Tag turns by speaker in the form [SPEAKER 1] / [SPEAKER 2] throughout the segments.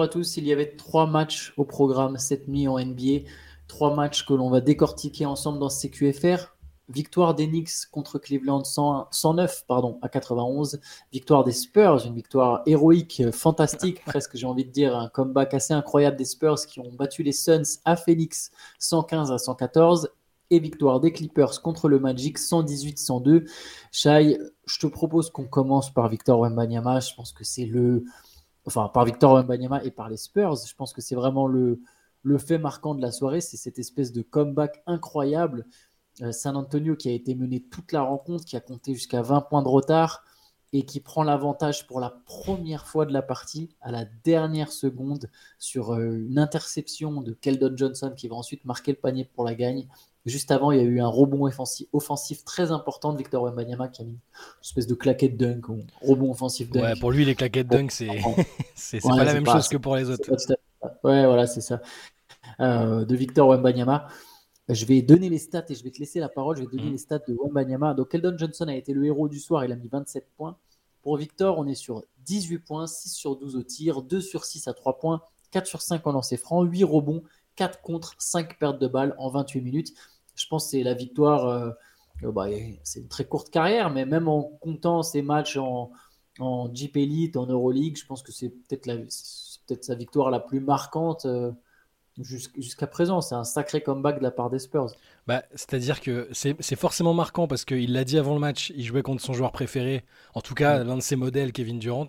[SPEAKER 1] bonjour à tous. Il y avait 3 matchs au programme cette nuit en NBA. 3 matchs que l'on va décortiquer ensemble dans ce CQFR. Victoire des Knicks contre Cleveland 109 à 91. Victoire des Spurs, une victoire héroïque, fantastique, presque j'ai envie de dire, un comeback assez incroyable des Spurs qui ont battu les Suns à Phoenix 115-114. Et victoire des Clippers contre le Magic 118-102. Shai, je te propose qu'on commence par Victor Wembanyama. Je pense que c'est par Victor Wembanyama et par les Spurs. Je pense que c'est vraiment le fait marquant de la soirée. C'est cette espèce de comeback incroyable. San Antonio qui a été mené toute la rencontre, qui a compté jusqu'à 20 points de retard et qui prend l'avantage pour la première fois de la partie à la dernière seconde sur une interception de Keldon Johnson qui va ensuite marquer le panier pour la gagne. Juste avant, il y a eu un rebond offensif très important de Victor Wembanyama qui a mis une espèce de claquette dunk ou rebond offensif dunk.
[SPEAKER 2] Ouais, pour lui, les claquettes dunk, c'est pas la même chose que pour les autres.
[SPEAKER 1] Ouais, voilà, c'est ça. De Victor Wembanyama. Je vais donner les stats et je vais te laisser la parole. Je vais donner les stats de Wembanyama. Donc, Keldon Johnson a été le héros du soir. Il a mis 27 points. Pour Victor, on est sur 18 points, 6 sur 12 au tir, 2 sur 6 à 3 points, 4 sur 5 en lancer franc, 8 rebonds, 4 contre, 5 pertes de balles en 28 minutes. Je pense que c'est la victoire. C'est une très courte carrière, mais même en comptant ses matchs en Jeep Elite, en Euroleague, je pense que c'est peut-être sa victoire la plus marquante jusqu'à présent. C'est un sacré comeback de la part des Spurs.
[SPEAKER 2] C'est-à-dire que c'est forcément marquant parce qu'il l'a dit avant le match, il jouait contre son joueur préféré, en tout cas l'un de ses modèles, Kevin Durant.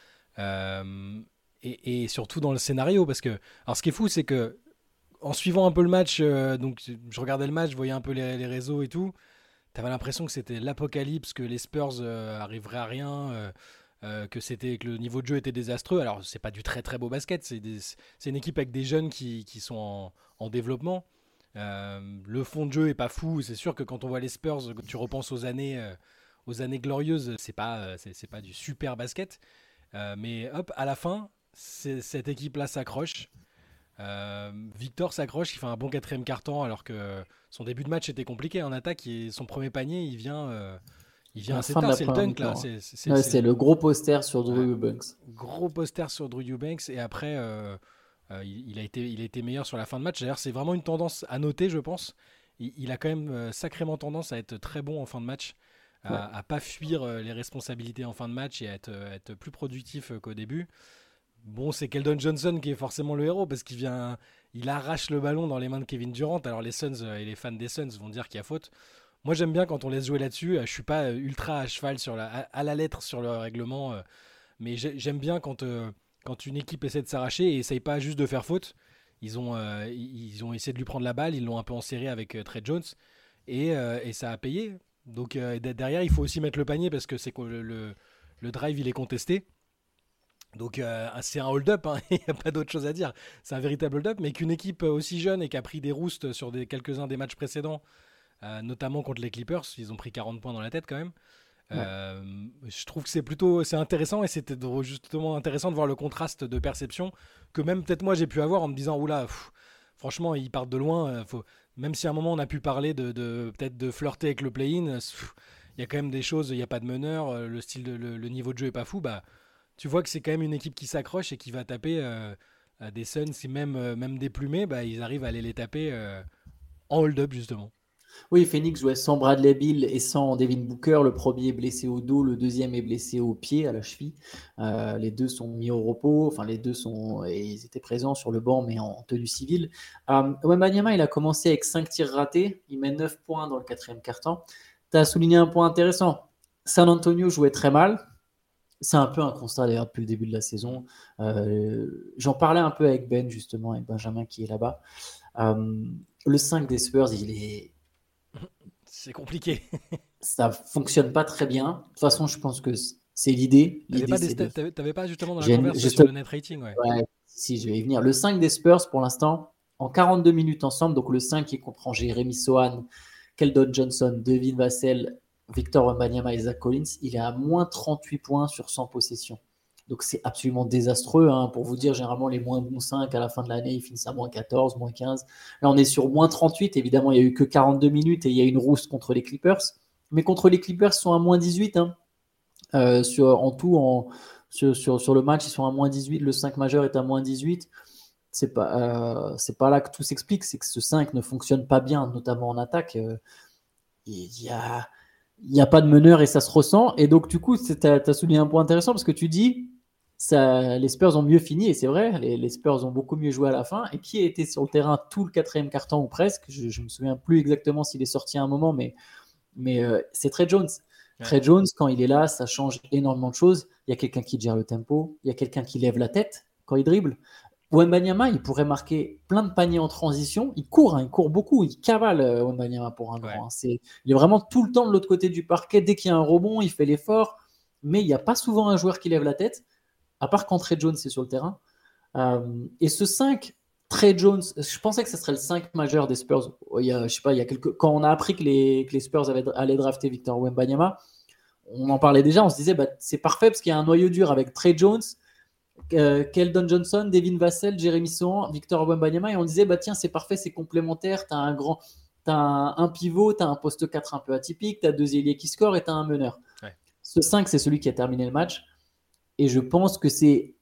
[SPEAKER 2] Et surtout dans le scénario, parce que alors ce qui est fou, c'est que en suivant un peu le match, donc je regardais le match, je voyais un peu les réseaux et tout, t'avais l'impression que c'était l'apocalypse, que les Spurs arriveraient à rien, que le niveau de jeu était désastreux. Alors c'est pas du très très beau basket, c'est une équipe avec des jeunes qui sont en développement. Le fond de jeu est pas fou. C'est sûr que quand on voit les Spurs, quand tu repenses aux années glorieuses, c'est pas du super basket. Mais hop, à la fin, cette équipe-là s'accroche. Victor s'accroche, il fait un bon quatrième quart-temps alors que son début de match était compliqué en attaque. Son premier panier, il vient assez tard. C'est le dunk là.
[SPEAKER 1] C'est le gros poster sur Drew Eubanks.
[SPEAKER 2] Gros poster sur Drew Eubanks et après. Il a été meilleur sur la fin de match. D'ailleurs, c'est vraiment une tendance à noter, je pense. Il a quand même sacrément tendance à être très bon en fin de match, à pas fuir les responsabilités en fin de match et à être plus productif qu'au début. Bon, c'est Keldon Johnson qui est forcément le héros parce il arrache le ballon dans les mains de Kevin Durant. Alors les Suns et les fans des Suns vont dire qu'il y a faute. Moi, j'aime bien quand on laisse jouer là-dessus. Je suis pas ultra à cheval à la lettre sur le règlement, mais j'aime bien quand une équipe essaie de s'arracher et essaye pas juste de faire faute. Ils ont essayé de lui prendre la balle, ils l'ont un peu enserré avec Trey Jones et ça a payé. Donc derrière, il faut aussi mettre le panier parce que c'est que le drive il est contesté. Donc c'est un hold-up, hein, il n'y a pas d'autre chose à dire. C'est un véritable hold-up, mais qu'une équipe aussi jeune et qui a pris des roustes sur quelques-uns des matchs précédents, notamment contre les Clippers, ils ont pris 40 points dans la tête quand même. Je trouve que c'est intéressant et c'était justement intéressant de voir le contraste de perception que même peut-être moi j'ai pu avoir en me disant oula, franchement ils partent de loin, même si à un moment on a pu parler peut-être de flirter avec le play-in, il y a quand même des choses, il n'y a pas de meneur, le niveau de jeu est pas fou, tu vois que c'est quand même une équipe qui s'accroche et qui va taper à des Suns, si même déplumés, ils arrivent à aller les taper en hold-up justement.
[SPEAKER 1] Oui, Phoenix jouait sans Bradley Beal et sans Devin Booker. Le premier est blessé au dos, le deuxième est blessé au pied, à la cheville. Les deux sont mis au repos. Enfin, ils étaient présents sur le banc, mais en tenue civile. Wembanyama, il a commencé avec 5 tirs ratés. Il met 9 points dans le quatrième quart-temps. Tu as souligné un point intéressant. San Antonio jouait très mal. C'est un peu un constat d'ailleurs depuis le début de la saison. J'en parlais un peu avec Ben, justement, avec Benjamin qui est là-bas. Le 5 des Spurs,
[SPEAKER 2] c'est compliqué.
[SPEAKER 1] Ça fonctionne pas très bien. De toute façon, je pense que c'est l'idée.
[SPEAKER 2] T'avais pas justement dans la conversation sur le net rating, ouais.
[SPEAKER 1] Si, je vais y venir. Le 5 des Spurs, pour l'instant, en 42 minutes ensemble, donc le 5 qui comprend Jérémy Sohan, Keldon Johnson, Devin Vassell, Victor Wembanyama et Zach Collins, il est à moins 38 points sur 100 possessions. Donc c'est absolument désastreux. Pour vous dire, généralement, les moins bons 5 à la fin de l'année, ils finissent à moins 14, moins 15. Là, on est sur moins 38. Évidemment, il n'y a eu que 42 minutes et il y a une rousse contre les Clippers. Mais contre les Clippers, ils sont à moins 18. En tout, Sur le match, ils sont à moins 18. Le 5 majeur est à moins 18. C'est pas là que tout s'explique. C'est que ce 5 ne fonctionne pas bien, notamment en attaque. Il y a pas de meneur et ça se ressent. Et donc, du coup, tu as souligné un point intéressant parce que tu dis les Spurs ont mieux fini. Et c'est vrai, les Spurs ont beaucoup mieux joué à la fin. Et qui a été sur le terrain tout le quatrième quart-temps ou presque? Je ne me souviens plus exactement s'il est sorti à un moment, mais c'est Trey Jones. Ouais. Trey Jones, quand il est là, ça change énormément de choses. Il y a quelqu'un qui gère le tempo, il y a quelqu'un qui lève la tête quand il dribble. Wembanyama, il pourrait marquer plein de paniers en transition. Il court beaucoup, il cavale Wembanyama pour un grand. Ouais. Il est vraiment tout le temps de l'autre côté du parquet. Dès qu'il y a un rebond, il fait l'effort. Mais il n'y a pas souvent un joueur qui lève la tête, à part quand Trey Jones est sur le terrain. Et ce 5, Trey Jones, je pensais que ce serait le 5 majeur des Spurs. Quand on a appris que les Spurs allaient drafter Victor Wembanyama, on en parlait déjà, on se disait c'est parfait parce qu'il y a un noyau dur avec Trey Jones, Keldon Johnson, Devin Vassell, Jeremy Sohan, Victor Wembanyama, et on disait tiens, c'est parfait, c'est complémentaire, t'as un pivot, t'as un poste 4 un peu atypique, t'as 2 ailiers qui scorent et t'as un meneur. Ouais. Ce 5, c'est celui qui a terminé le match, et je pense que c'est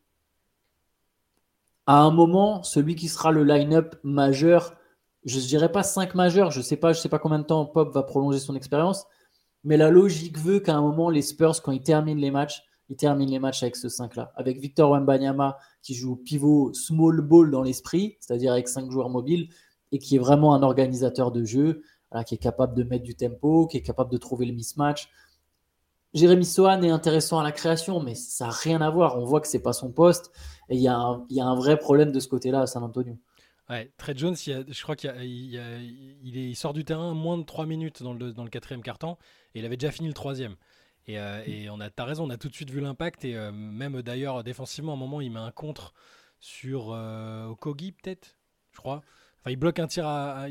[SPEAKER 1] à un moment celui qui sera le line-up majeur. Je ne dirais pas 5 majeurs, je sais pas combien de temps Pop va prolonger son expérience, mais la logique veut qu'à un moment les Spurs, quand ils terminent les matchs avec ce 5-là, avec Victor Wembanyama qui joue pivot small ball dans l'esprit, c'est-à-dire avec 5 joueurs mobiles, et qui est vraiment un organisateur de jeu, qui est capable de mettre du tempo, qui est capable de trouver le mismatch. Jeremy Sohan est intéressant à la création, mais ça n'a rien à voir. On voit que ce n'est pas son poste, et il y a un vrai problème de ce côté-là à San Antonio.
[SPEAKER 2] Ouais, Trey Jones, je crois qu'il sort du terrain moins de 3 minutes dans le quatrième quart-temps, et il avait déjà fini le troisième. Et t'as raison, on a tout de suite vu l'impact, et même d'ailleurs défensivement, à un moment, il met un contre sur Okogie peut-être, je crois. Enfin, il bloque un tir un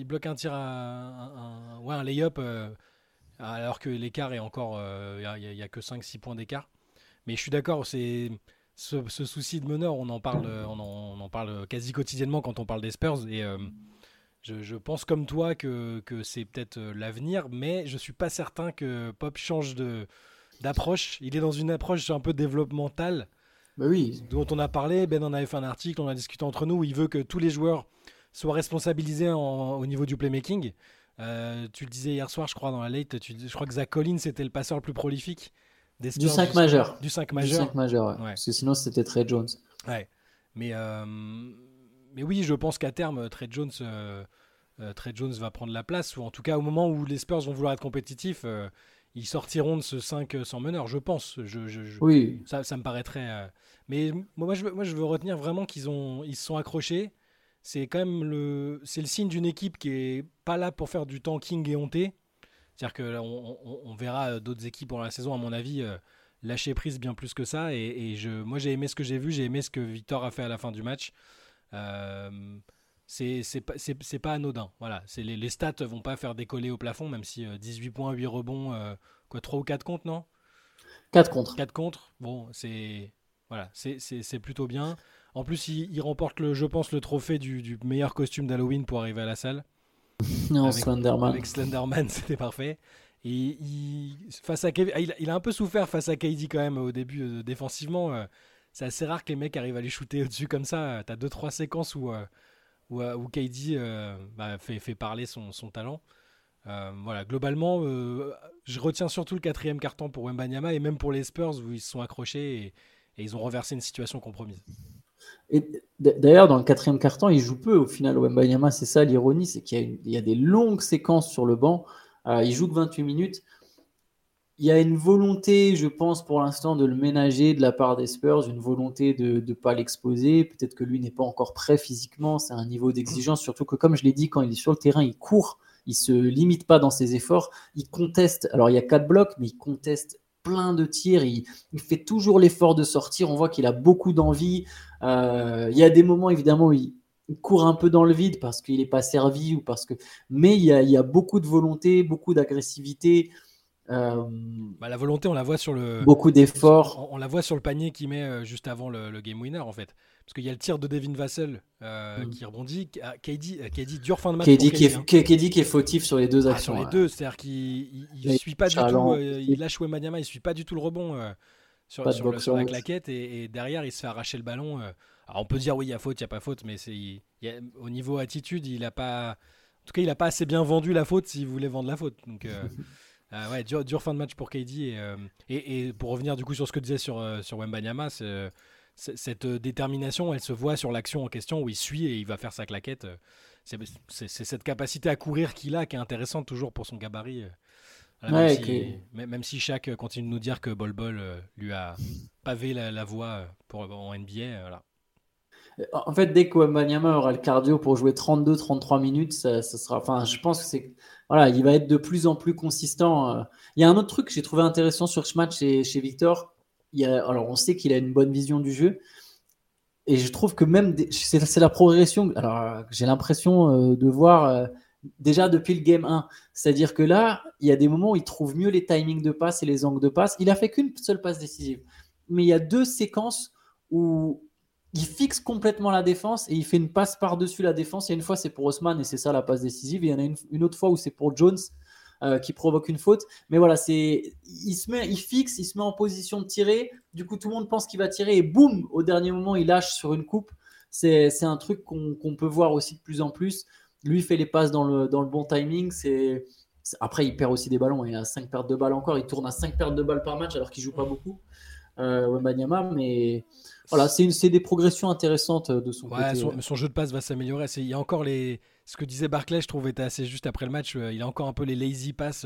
[SPEAKER 2] lay-up, alors que l'écart est encore, il y a que 5-6 points d'écart. Mais je suis d'accord, c'est ce souci de meneur, on en parle quasi quotidiennement quand on parle des Spurs, et je pense comme toi que c'est peut-être l'avenir, mais je suis pas certain que Pop change d'approche. Il est dans une approche un peu développementale,
[SPEAKER 1] oui,
[SPEAKER 2] dont on a parlé. Ben en avait fait un article, on a discuté entre nous, où il veut que tous les joueurs soient responsabilisés au niveau du playmaking. Tu le disais hier soir, je crois, dans la late, je crois que Zach Collins était le passeur le plus prolifique des Spurs,
[SPEAKER 1] du 5 majeur.
[SPEAKER 2] Du 5 majeur,
[SPEAKER 1] ouais. Parce que sinon c'était Trey Jones.
[SPEAKER 2] Ouais. Mais oui, je pense qu'à terme, Trey Jones va prendre la place, ou en tout cas au moment où les Spurs vont vouloir être compétitifs, ils sortiront de ce 5 sans meneur, je pense.
[SPEAKER 1] Oui.
[SPEAKER 2] Ça me paraîtrait. Mais moi, je veux retenir vraiment ils se sont accrochés. C'est quand même c'est le signe d'une équipe qui est pas là pour faire du tanking éhonté. C'est-à-dire que là, on verra d'autres équipes pendant la saison, à mon avis, lâcher prise bien plus que ça. Moi, j'ai aimé ce que j'ai vu, j'ai aimé ce que Victor a fait à la fin du match. C'est pas anodin. Voilà, les stats vont pas faire décoller au plafond, même si 18 points, 8 rebonds, 3 ou 4 contre, non ?
[SPEAKER 1] 4 contre.
[SPEAKER 2] 4 contre, bon, c'est plutôt bien. En plus, il remporte, je pense, le trophée du meilleur costume d'Halloween pour arriver à la salle.
[SPEAKER 1] Non, Slenderman.
[SPEAKER 2] Avec Slenderman, c'était parfait. Et face à Kevin, il a un peu souffert face à KD quand même au début, défensivement. C'est assez rare que les mecs arrivent à les shooter au-dessus comme ça. T'as 2-3 séquences où KD fait parler son talent. Voilà, globalement, je retiens surtout le quatrième quart-temps pour Wembanyama, et même pour les Spurs où ils se sont accrochés et ils ont renversé une situation compromise.
[SPEAKER 1] Et d'ailleurs, dans le quatrième quart-temps, il joue peu au final. Wembanyama, c'est ça l'ironie, c'est qu'il y a des longues séquences sur le banc. Il joue que 28 minutes. Il y a une volonté, je pense, pour l'instant, de le ménager de la part des Spurs, une volonté de ne pas l'exposer. Peut-être que lui n'est pas encore prêt physiquement. C'est un niveau d'exigence, surtout que, comme je l'ai dit, quand il est sur le terrain, il court. Il ne se limite pas dans ses efforts. Il conteste. Alors, il y a 4 blocs, mais il conteste plein de tirs. Il fait toujours l'effort de sortir. On voit qu'il a beaucoup d'envie. Il y a des moments, évidemment, où il court un peu dans le vide parce qu'il n'est pas servi, mais il y a beaucoup de volonté, beaucoup d'agressivité.
[SPEAKER 2] La volonté, on la voit sur
[SPEAKER 1] beaucoup d'efforts.
[SPEAKER 2] On la voit sur le panier qu'il met juste avant le game winner, en fait. Parce qu'il y a le tir de Devin Vassell qui rebondit. KD dure fin de match.
[SPEAKER 1] KD qui est fautif sur les deux actions.
[SPEAKER 2] Sur les deux, c'est-à-dire qu'il ne suit pas du tout. Il lâche Wembanyama, il ne suit pas du tout le rebond.
[SPEAKER 1] Pas de box
[SPEAKER 2] sur la
[SPEAKER 1] out.
[SPEAKER 2] claquette et derrière il se fait arracher le ballon. Alors on peut dire oui, il y a faute, il y a pas faute, mais au niveau attitude, il a pas. En tout cas, il a pas assez bien vendu la faute s'il voulait vendre la faute. Donc ouais, dur fin de match pour KD. Et pour revenir du coup sur ce que tu disais sur Wembanyama, cette détermination, elle se voit sur l'action en question où il suit et il va faire sa claquette. C'est cette capacité à courir qu'il a qui est intéressante toujours pour son gabarit. Voilà,
[SPEAKER 1] Ouais,
[SPEAKER 2] même si Shaq continue de nous dire que Bol Bol lui a pavé la voie en NBA. Voilà.
[SPEAKER 1] en fait, dès que Wembanyama aura le cardio pour jouer 32-33 minutes, ça sera. Enfin, je pense que c'est. Voilà, il va être de plus en plus consistant. Il y a un autre truc que j'ai trouvé intéressant sur ce match chez Victor. Alors, on sait qu'il a une bonne vision du jeu. Et je trouve que même. C'est la progression. Alors, j'ai l'impression de voir déjà depuis le game 1. C'est-à-dire que là, il y a des moments où il trouve mieux les timings de passe et les angles de passe. Il a fait qu'une seule passe décisive. Mais il y a 2 séquences où il fixe complètement la défense et il fait une passe par-dessus la défense. Il y a une fois, c'est pour Osman et c'est ça la passe décisive. Et il y en a une autre fois où c'est pour Jones qui provoque une faute. Mais voilà, il fixe, il se met en position de tirer. Du coup, tout le monde pense qu'il va tirer et boum, au dernier moment, il lâche sur une coupe. C'est un truc qu'on peut voir aussi de plus en plus. Lui, il fait les passes dans le bon timing. Après, il perd aussi des ballons. Il a 5 pertes de balles encore. Il tourne à 5 pertes de balles par match alors qu'il ne joue pas beaucoup. Wembanyama, mais voilà, c'est des progressions intéressantes de son
[SPEAKER 2] Ouais,
[SPEAKER 1] côté.
[SPEAKER 2] son jeu de passe va s'améliorer. Il y a encore ce que disait Barclay, je trouve, était assez juste après le match. Il a encore un peu les lazy passes,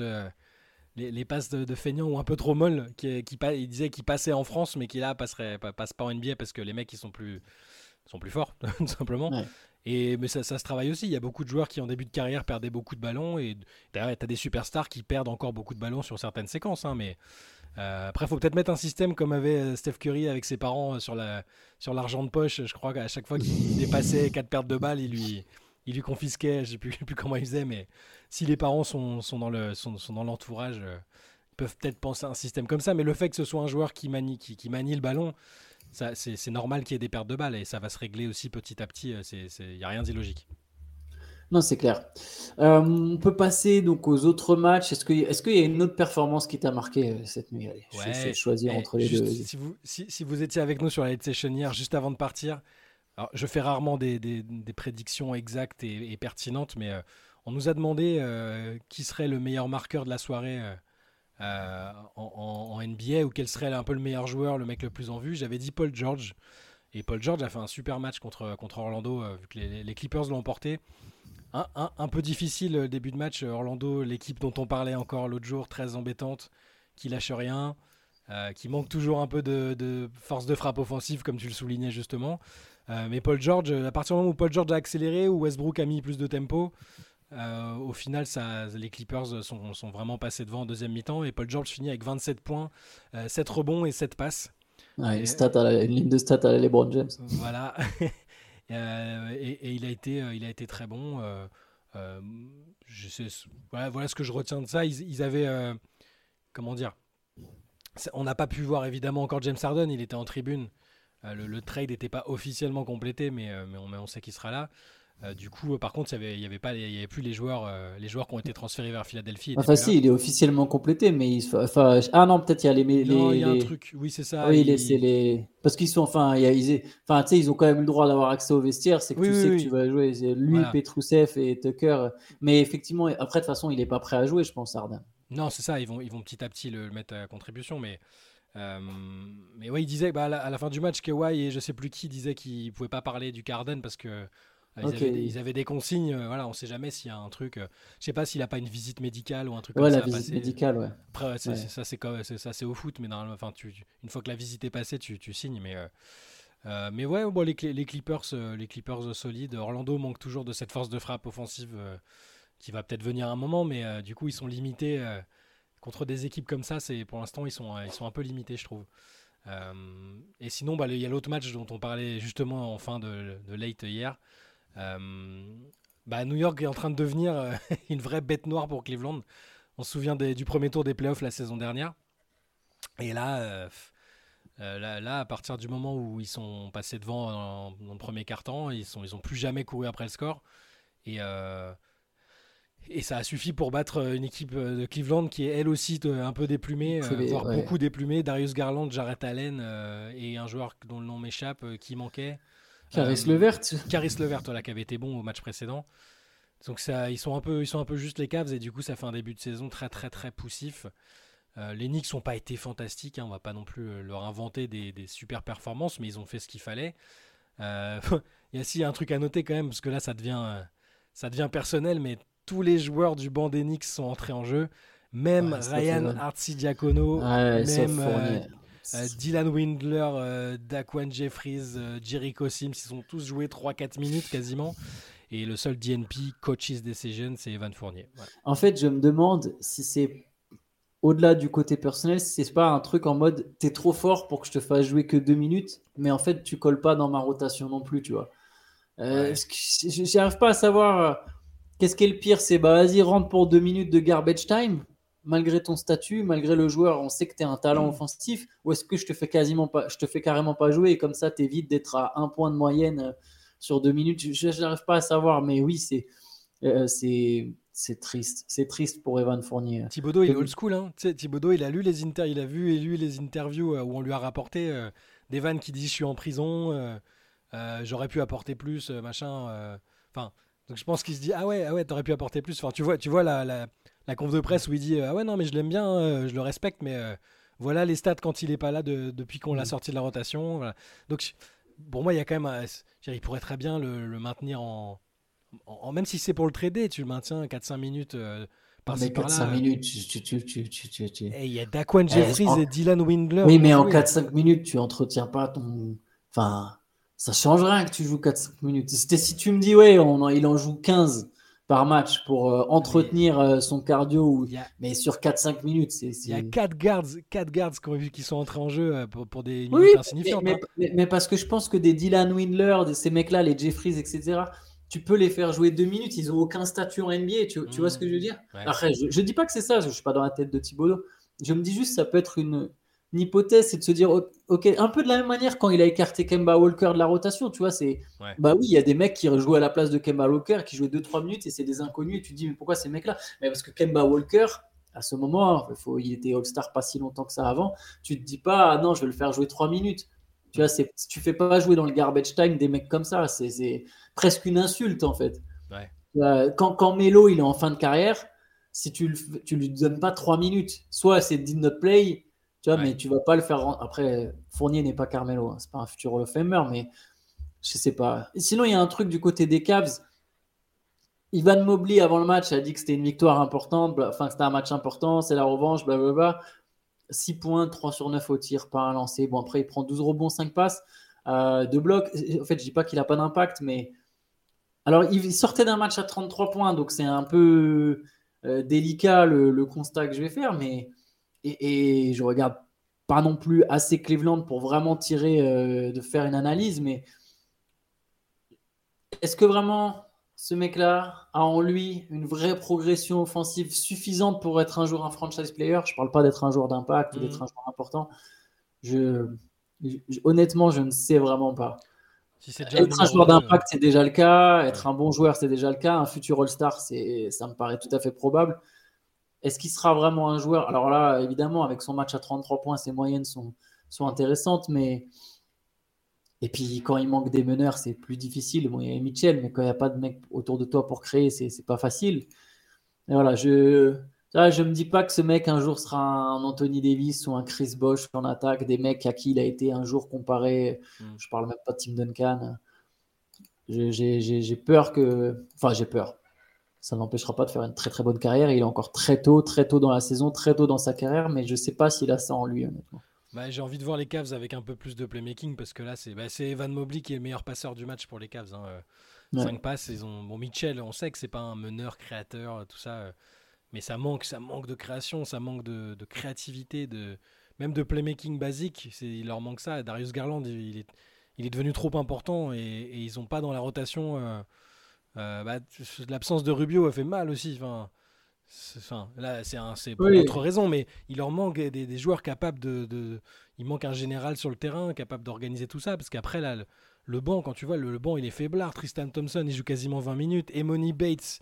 [SPEAKER 2] les passes de feignant ou un peu trop molles. Il disait qu'il passait en France, mais qui là passe pas en NBA parce que les mecs ils sont plus forts, tout simplement.
[SPEAKER 1] Ouais.
[SPEAKER 2] Mais ça se travaille aussi. Il y a beaucoup de joueurs qui en début de carrière perdaient beaucoup de ballons et d'ailleurs tu as des superstars qui perdent encore beaucoup de ballons sur certaines séquences. Hein, mais après, il faut peut-être mettre un système comme avait Steph Curry avec ses parents sur l'argent de poche. Je crois qu'à chaque fois qu'il dépassait 4 pertes de balles, il lui confisquait. Je sais plus comment il faisait, mais si les parents sont dans l'entourage, ils peuvent peut-être penser à un système comme ça. Mais le fait que ce soit un joueur qui manie le ballon, c'est normal qu'il y ait des pertes de balles et ça va se régler aussi petit à petit. Il n'y a rien d'illogique.
[SPEAKER 1] Non, c'est clair. On peut passer donc aux autres matchs. Est-ce qu'il y a une autre performance qui t'a marqué cette nuit? Allez, je vais
[SPEAKER 2] Ouais,
[SPEAKER 1] choisir entre les
[SPEAKER 2] juste
[SPEAKER 1] deux.
[SPEAKER 2] si vous étiez avec nous sur la late session hier, juste avant de partir, alors je fais rarement des prédictions exactes et pertinentes, mais on nous a demandé qui serait le meilleur marqueur de la soirée en NBA ou quel serait un peu le meilleur joueur, le mec le plus en vue. J'avais dit Paul George, et Paul George a fait un super match contre Orlando, vu que les Clippers l'ont emporté. Un peu difficile début de match. Orlando, l'équipe dont on parlait encore l'autre jour, très embêtante, qui lâche rien, qui manque toujours un peu de force de frappe offensive, comme tu le soulignais justement. Mais Paul George, à partir du moment où Paul George a accéléré, où Westbrook a mis plus de tempo, au final, les Clippers sont vraiment passés devant en deuxième mi-temps. Et Paul George finit avec 27 points, 7 rebonds et 7 passes.
[SPEAKER 1] Ouais,
[SPEAKER 2] Et,
[SPEAKER 1] une ligne de stats à la LeBron James.
[SPEAKER 2] voilà. Et il a été très bon. Euh, voilà ce que je retiens de ça. Ils avaient, comment dire, on n'a pas pu voir évidemment encore James Harden, il était en tribune. Le trade n'était pas officiellement complété, mais on sait qu'il sera là. Du coup, par contre, il y avait plus les joueurs qui ont été transférés vers Philadelphie n'étaient
[SPEAKER 1] Enfin,
[SPEAKER 2] plus là.
[SPEAKER 1] si, il est officiellement complété, mais enfin, ah non, peut-être il y a
[SPEAKER 2] Non, il y a un truc. Oui, c'est ça.
[SPEAKER 1] Oui, c'est les. Parce qu'ils sont, enfin, enfin, tu sais, ils ont quand même le droit d'avoir accès au vestiaire, c'est que
[SPEAKER 2] Oui,
[SPEAKER 1] tu
[SPEAKER 2] oui,
[SPEAKER 1] sais que tu
[SPEAKER 2] oui.
[SPEAKER 1] vas jouer. C'est lui,
[SPEAKER 2] Voilà.
[SPEAKER 1] Petrousev et Tucker. Mais effectivement, après, de toute façon, il n'est pas prêt à jouer, je pense, Harden.
[SPEAKER 2] Non, c'est ça. Ils vont petit à petit le mettre à contribution, Euh, mais ouais, il disait bah, à la fin du match, Kawhi et je sais plus qui disaient qu'ils pouvaient pas parler du Carden parce que
[SPEAKER 1] Ok.
[SPEAKER 2] ils avaient des consignes. Voilà, on sait jamais s'il y a un truc. Je sais pas s'il a pas une visite médicale ou un truc comme
[SPEAKER 1] Ouais, la
[SPEAKER 2] ça à
[SPEAKER 1] visite
[SPEAKER 2] passer.
[SPEAKER 1] médicale, ouais.
[SPEAKER 2] Après, ouais,
[SPEAKER 1] Ouais.
[SPEAKER 2] ça c'est au foot, mais enfin, une fois que la visite est passée, tu signes. Mais ouais, bon, les Clippers solides. Orlando manque toujours de cette force de frappe offensive qui va peut-être venir un moment, mais du coup ils sont limités. Contre des équipes comme ça, pour l'instant ils sont un peu limités, je trouve. Et sinon, bah, il y a l'autre match dont on parlait justement en fin de late hier. Euh, New York est en train de devenir une vraie bête noire pour Cleveland. On se souvient du premier tour des playoffs la saison dernière. Et là, à partir du moment où ils sont passés devant dans le premier quart-temps, ils ont plus jamais couru après le score. Et, Et ça a suffi pour battre une équipe de Cleveland qui est elle aussi un peu déplumée, voire beaucoup déplumée. Darius Garland, Jarrett Allen et un joueur dont le nom m'échappe qui manquait.
[SPEAKER 1] Caris Levert.
[SPEAKER 2] Caris Levert, voilà, qui avait été bon au match précédent. Donc ils sont un peu juste les Cavs et du coup ça fait un début de saison très très très poussif. Les Knicks n'ont pas été fantastiques, hein, on va pas non plus leur inventer des super performances, mais ils ont fait ce qu'il fallait. Il y a aussi un truc à noter quand même, parce que là ça devient personnel, mais tous les joueurs du banc des Knicks sont entrés en jeu. Même Ryan Arcidiacono, même Dylan Windler, Daquan Jeffries, Jericho Sims, ils ont tous joué 3-4 minutes quasiment. Et le seul DNP, Coach's Decision, c'est Evan Fournier. Voilà.
[SPEAKER 1] En fait, je me demande si c'est au-delà du côté personnel, si c'est pas un truc en mode t'es trop fort pour que je te fasse jouer que 2 minutes, mais en fait tu colles pas dans ma rotation non plus, tu vois. J'arrive pas à savoir qu'est-ce qui est le pire, c'est vas-y rentre pour 2 minutes de garbage time, malgré ton statut, malgré le joueur, on sait que t'es un talent offensif, ou est-ce que je te fais carrément pas jouer et comme ça t'évites d'être à 1 point de moyenne sur 2 minutes. Je n'arrive pas à savoir, mais oui c'est triste. C'est triste pour Evan Fournier.
[SPEAKER 2] Thibodeau, il est old school. Hein. Tu sais, Thibodeau, il a lu les interviews où on lui a rapporté d'Evan qui dit je suis en prison, j'aurais pu apporter plus, machin. Enfin, donc je pense qu'il se dit ah ouais, t'aurais pu apporter plus. Enfin, tu vois la conf de presse où il dit ah ouais non mais je l'aime bien, je le respecte, mais voilà les stats quand il est pas là depuis qu'on l'a sorti de la rotation. Voilà. Donc pour moi, il y a quand même, il pourrait très bien le maintenir même si c'est pour le trader, tu le maintiens 4-5 minutes par-ci par-là.
[SPEAKER 1] 4-5 minutes,
[SPEAKER 2] il y a Daquan Jeffries et Dylan Windler.
[SPEAKER 1] Oui, mais en 4-5 minutes, tu entretiens pas ton. Enfin, ça change rien que tu joues 4-5 minutes. C'était si tu me dis, ouais, il en joue 15 par match pour entretenir son cardio, mais sur 4-5 minutes,
[SPEAKER 2] il y a 4 guards qui sont entrés en jeu pour des minutes insignifiantes.
[SPEAKER 1] Mais parce que je pense que des Dylan Windler, ces mecs-là, les Jeffries, etc., tu peux les faire jouer 2 minutes, ils n'ont aucun statut en NBA, tu vois ce que je veux dire? Après, je ne dis pas que c'est ça, je ne suis pas dans la tête de Thibodeau. Je me dis juste ça peut être une hypothèse, c'est de se dire, ok, un peu de la même manière quand il a écarté Kemba Walker de la rotation, tu vois, bah oui, il y a des mecs qui jouaient à la place de Kemba Walker, qui jouaient 2-3 minutes et c'est des inconnus, et tu te dis, mais pourquoi ces mecs-là? Mais parce que Kemba Walker, à ce moment, il était All-Star pas si longtemps que ça avant, tu te dis pas, ah non, je vais le faire jouer 3 minutes. Tu vois, tu fais pas jouer dans le garbage time des mecs comme ça, c'est presque une insulte en fait. Quand Melo il est en fin de carrière, si tu lui donnes pas 3 minutes, soit c'est did not play, tu vois, mais tu vas pas le faire. Après, Fournier n'est pas Carmelo, hein, c'est pas un futur Hall of Famer, mais je sais pas. Et sinon, il y a un truc du côté des Cavs. Ivan Mobley avant le match a dit que c'était une victoire importante, enfin que c'était un match important, c'est la revanche, blablabla. 6 points, 3 sur 9 au tir, pas un lancé. Bon, après, il prend 12 rebonds, 5 passes, 2 blocs. En fait, je dis pas qu'il n'a pas d'impact, mais. Alors, il sortait d'un match à 33 points, donc c'est un peu délicat le constat que je vais faire, mais. Et je regarde pas non plus assez Cleveland pour vraiment de faire une analyse, mais. Est-ce que vraiment ce mec-là a en lui une vraie progression offensive suffisante pour être un jour un franchise player? Je ne parle pas d'être un joueur d'impact ou d'être un joueur important. Honnêtement, je ne sais vraiment pas. Être un joueur d'impact, c'est déjà le cas. Être un bon joueur, c'est déjà le cas. Un futur All-Star, ça me paraît tout à fait probable. Est-ce qu'il sera vraiment un joueur? Alors là, évidemment, avec son match à 33 points, ses moyennes sont intéressantes, mais... Et puis, quand il manque des meneurs, c'est plus difficile. Bon, il y a Mitchell, mais quand il n'y a pas de mec autour de toi pour créer, c'est pas facile. Et voilà, je me dis pas que ce mec un jour sera un Anthony Davis ou un Chris Bosh en attaque, des mecs à qui il a été un jour comparé. Je parle même pas de Tim Duncan. J'ai peur que... Enfin, j'ai peur. Ça n'empêchera pas de faire une très très bonne carrière. Il est encore très tôt dans la saison, très tôt dans sa carrière, mais je sais pas s'il a ça en lui, honnêtement.
[SPEAKER 2] J'ai envie de voir les Cavs avec un peu plus de playmaking parce que là, c'est Evan Mobley qui est le meilleur passeur du match pour les Cavs. 5 passes, Mitchell, on sait que c'est pas un meneur créateur, tout ça, mais ça manque de création, ça manque de créativité, même de playmaking basique. Il leur manque ça. Darius Garland, il est devenu trop important et ils ont pas dans la rotation. L'absence de Rubio a fait mal aussi. Là, c'est pour d'autres raisons, mais il leur manque des joueurs capables il manque un général sur le terrain capable d'organiser tout ça, parce qu'après là, le banc, quand tu vois le banc, il est faiblard. Tristan Thompson, il joue quasiment 20 minutes. Emoni Bates,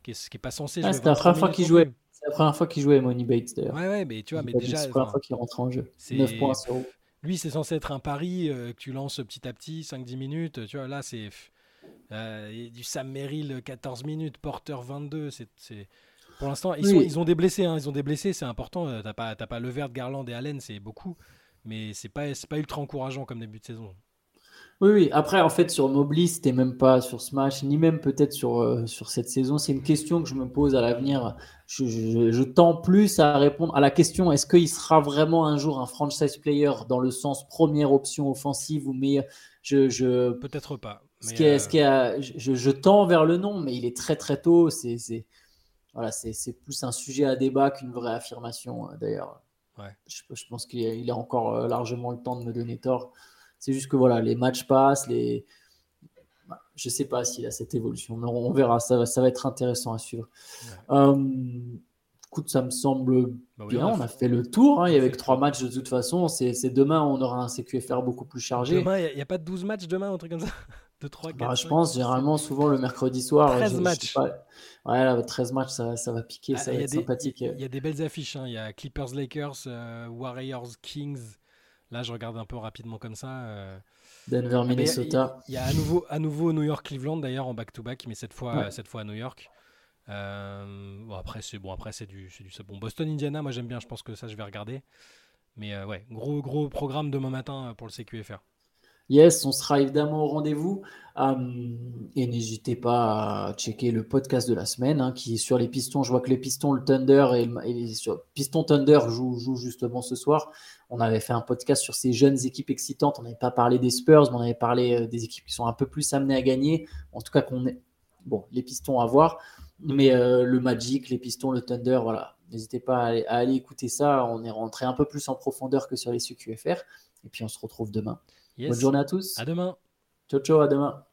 [SPEAKER 2] qui est pas censé
[SPEAKER 1] Ah,
[SPEAKER 2] jouer 23 minutes non plus.
[SPEAKER 1] c'est la première fois qu'il jouait Money Bates d'ailleurs.
[SPEAKER 2] Ouais, mais tu vois, mais
[SPEAKER 1] C'est
[SPEAKER 2] déjà,
[SPEAKER 1] la première
[SPEAKER 2] enfin,
[SPEAKER 1] fois qu'il rentre en jeu. 9 points,
[SPEAKER 2] c'est
[SPEAKER 1] 0.
[SPEAKER 2] lui, c'est censé être un pari que tu lances petit à petit, 5-10 minutes. Tu vois, là, c'est du Sam Merrill 14 minutes, Porter 22. Pour l'instant,
[SPEAKER 1] Oui,
[SPEAKER 2] ils ont des blessés. Hein, ils ont des blessés, c'est important. T'as pas Levert, Garland et Allen, c'est beaucoup. Mais c'est pas ultra encourageant comme début de saison.
[SPEAKER 1] oui, oui. Après, en fait, sur Mobley, c'était même pas sur ce match, ni même peut-être sur cette saison. C'est une question que je me pose à l'avenir. Je tends plus à répondre à la question, est-ce qu'il sera vraiment un jour un franchise player dans le sens première option offensive ou meilleure? Je,
[SPEAKER 2] Peut-être pas. Mais
[SPEAKER 1] ce qui est, je tends vers le non, mais il est très très tôt. Voilà, c'est plus un sujet à débat qu'une vraie affirmation, d'ailleurs.
[SPEAKER 2] ouais.
[SPEAKER 1] Je pense qu'il a encore largement le temps de me donner tort. C'est juste que voilà, les matchs passent, je ne sais pas s'il a cette évolution, mais on verra. Ça va être intéressant à suivre.
[SPEAKER 2] Ouais.
[SPEAKER 1] Écoute, ça me semble
[SPEAKER 2] Bah oui,
[SPEAKER 1] bien. On a fait le tour. Hein. Il y avait que 3
[SPEAKER 2] tour.
[SPEAKER 1] matchs de toute façon. C'est demain, on aura un CQFR beaucoup plus chargé.
[SPEAKER 2] Demain, il n'y a pas de 12 matchs demain, un truc comme ça? 2, 3, 4,
[SPEAKER 1] Je
[SPEAKER 2] 5,
[SPEAKER 1] pense,
[SPEAKER 2] 6, 7.
[SPEAKER 1] généralement, souvent le mercredi soir,
[SPEAKER 2] 13
[SPEAKER 1] je sais
[SPEAKER 2] matchs.
[SPEAKER 1] pas. Ouais, là, 13 matchs, ça va piquer, ça va être sympathique.
[SPEAKER 2] Il y a des belles affiches. Hein. Il y a Clippers, Lakers, Warriors, Kings. Là, je regarde un peu rapidement comme ça.
[SPEAKER 1] Denver,
[SPEAKER 2] Ah ben,
[SPEAKER 1] Minnesota.
[SPEAKER 2] il y a à nouveau New York, Cleveland d'ailleurs en back-to-back, mais
[SPEAKER 1] Ouais.
[SPEAKER 2] cette fois à New York. Après c'est bon. Boston, Indiana, moi j'aime bien. Je pense que ça, je vais regarder. Mais ouais, gros programme demain matin pour le CQFR.
[SPEAKER 1] Yes, on sera évidemment au rendez-vous. Et n'hésitez pas à checker le podcast de la semaine qui est sur les Pistons. Je vois que les Pistons, le Thunder sur Pistons Thunder joue justement ce soir. On avait fait un podcast sur ces jeunes équipes excitantes. On n'avait pas parlé des Spurs, mais on avait parlé des équipes qui sont un peu plus amenées à gagner. En tout cas, bon, les Pistons à voir. Mais le Magic, les Pistons, le Thunder, voilà. N'hésitez pas à aller écouter ça. On est rentré un peu plus en profondeur que sur les CQFR. Et puis on se retrouve demain. Bonne
[SPEAKER 2] Yes,
[SPEAKER 1] journée à tous.
[SPEAKER 2] à demain.
[SPEAKER 1] Ciao, ciao, à demain.